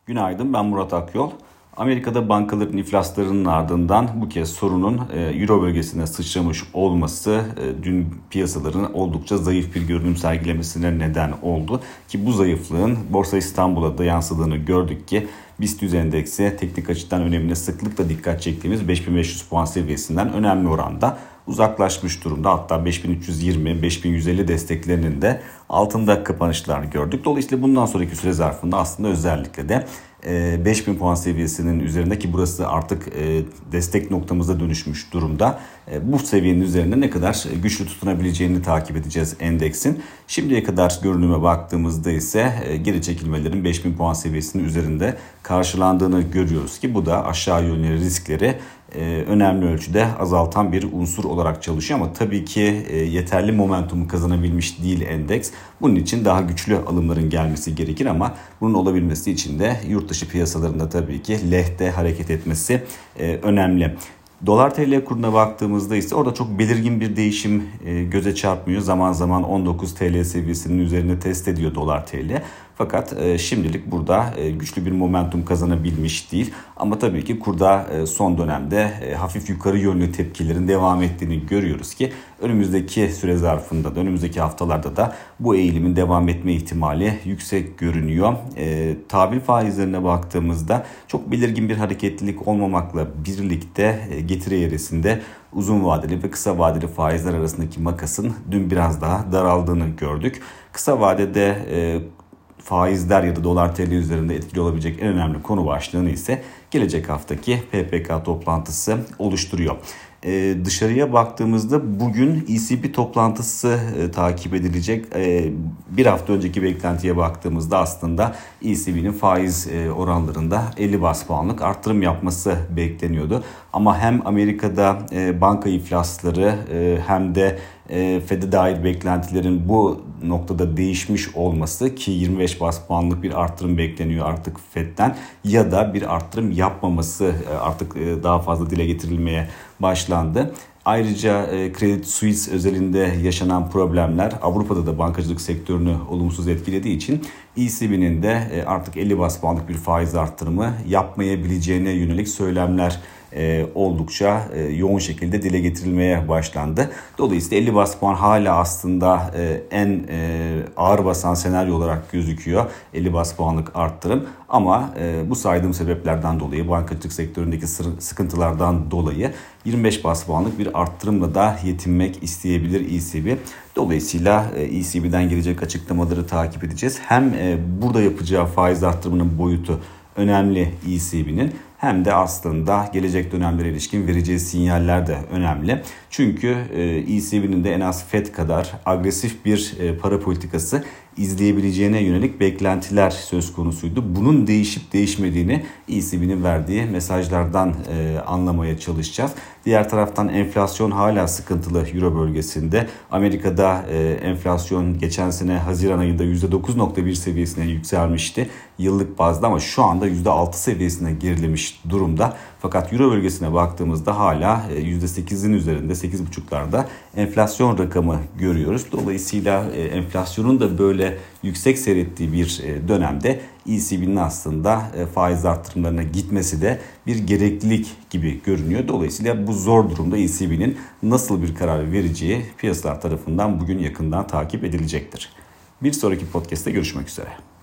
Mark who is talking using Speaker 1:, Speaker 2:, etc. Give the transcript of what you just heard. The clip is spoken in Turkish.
Speaker 1: Günaydın, ben Murat Akyol. Amerika'da bankaların iflaslarının ardından bu kez sorunun Euro bölgesine sıçramış olması dün piyasaların oldukça zayıf bir görünüm sergilemesine neden oldu. Ki bu zayıflığın Borsa İstanbul'a da yansıdığını gördük ki BIST 100 endeksi teknik açıdan önemine sıklıkla dikkat çektiğimiz 5500 puan seviyesinden önemli oranda uzaklaşmış durumda. Hatta 5320-5150 desteklerinin de altında kapanışlar gördük. Dolayısıyla bundan sonraki süre zarfında aslında özellikle de 5000 puan seviyesinin üzerinde ki burası artık destek noktamıza dönüşmüş durumda. Bu seviyenin üzerinde ne kadar güçlü tutunabileceğini takip edeceğiz endeksin. Şimdiye kadar görünüme baktığımızda ise geri çekilmelerin 5000 puan seviyesinin üzerinde karşılandığını görüyoruz ki bu da aşağı yönlü riskleri önemli ölçüde azaltan bir unsur olarak çalışıyor ama tabii ki yeterli momentumu kazanabilmiş değil endeks. Bunun için daha güçlü alımların gelmesi gerekir ama bunun olabilmesi için de yurt dışı piyasalarında tabii ki lehte hareket etmesi önemli. Dolar TL kuruna baktığımızda ise orada çok belirgin bir değişim göze çarpmıyor. Zaman zaman 19 TL seviyesinin üzerine test ediyor dolar TL. Fakat şimdilik burada güçlü bir momentum kazanabilmiş değil. Ama tabii ki kurda son dönemde hafif yukarı yönlü tepkilerin devam ettiğini görüyoruz ki önümüzdeki süre zarfında da önümüzdeki haftalarda da bu eğilimin devam etme ihtimali yüksek görünüyor. Tahvil faizlerine baktığımızda çok belirgin bir hareketlilik olmamakla birlikte getiri eğrisinde uzun vadeli ve kısa vadeli faizler arasındaki makasın dün biraz daha daraldığını gördük. Kısa vadede faizler ya da dolar TL üzerinde etkili olabilecek en önemli konu başlığını ise gelecek haftaki PPK toplantısı oluşturuyor. Dışarıya baktığımızda bugün ECB toplantısı takip edilecek. Bir hafta önceki beklentiye baktığımızda aslında ECB'nin faiz oranlarında 50 bas puanlık artırım yapması bekleniyordu. Ama hem Amerika'da banka iflasları hem de Fed'e dair beklentilerin bu noktada değişmiş olması ki 25 bas puanlık bir artırım bekleniyor artık Fed'den ya da bir artırım yapmaması artık daha fazla dile getirilmeye başlandı. Ayrıca Credit Suisse özelinde yaşanan problemler Avrupa'da da bankacılık sektörünü olumsuz etkilediği için ECB'nin de artık 50 bas puanlık bir faiz artırımı yapmayabileceğine yönelik söylemler oldukça yoğun şekilde dile getirilmeye başlandı. Dolayısıyla 50 bas puan hala aslında en ağır basan senaryo olarak gözüküyor. 50 bas puanlık arttırım ama bu saydığım sebeplerden dolayı bankacılık sektöründeki sıkıntılardan dolayı 25 bas puanlık bir arttırımla da yetinmek isteyebilir ECB. Dolayısıyla ECB'den gelecek açıklamaları takip edeceğiz. Hem burada yapacağı faiz arttırımının boyutu önemli ECB'nin hem de aslında gelecek dönemlere ilişkin vereceği sinyaller de önemli. Çünkü ECB'nin de en az Fed kadar agresif bir para politikası izleyebileceğine yönelik beklentiler söz konusuydu. Bunun değişip değişmediğini ECB'nin verdiği mesajlardan anlamaya çalışacağız. Diğer taraftan enflasyon hala sıkıntılı Euro bölgesinde. Amerika'da enflasyon geçen sene Haziran ayında %9.1 seviyesine yükselmişti yıllık bazda ama şu anda %6 seviyesine gerilemiş durumda. Fakat Euro bölgesine baktığımızda hala %8'in üzerinde 8.5'larda enflasyon rakamı görüyoruz. Dolayısıyla enflasyonun da böyle yüksek seyrettiği bir dönemde ECB'nin aslında faiz artırımlarına gitmesi de bir gereklilik gibi görünüyor. Dolayısıyla bu zor durumda ECB'nin nasıl bir karar vereceği piyasalar tarafından bugün yakından takip edilecektir. Bir sonraki podcast'te görüşmek üzere.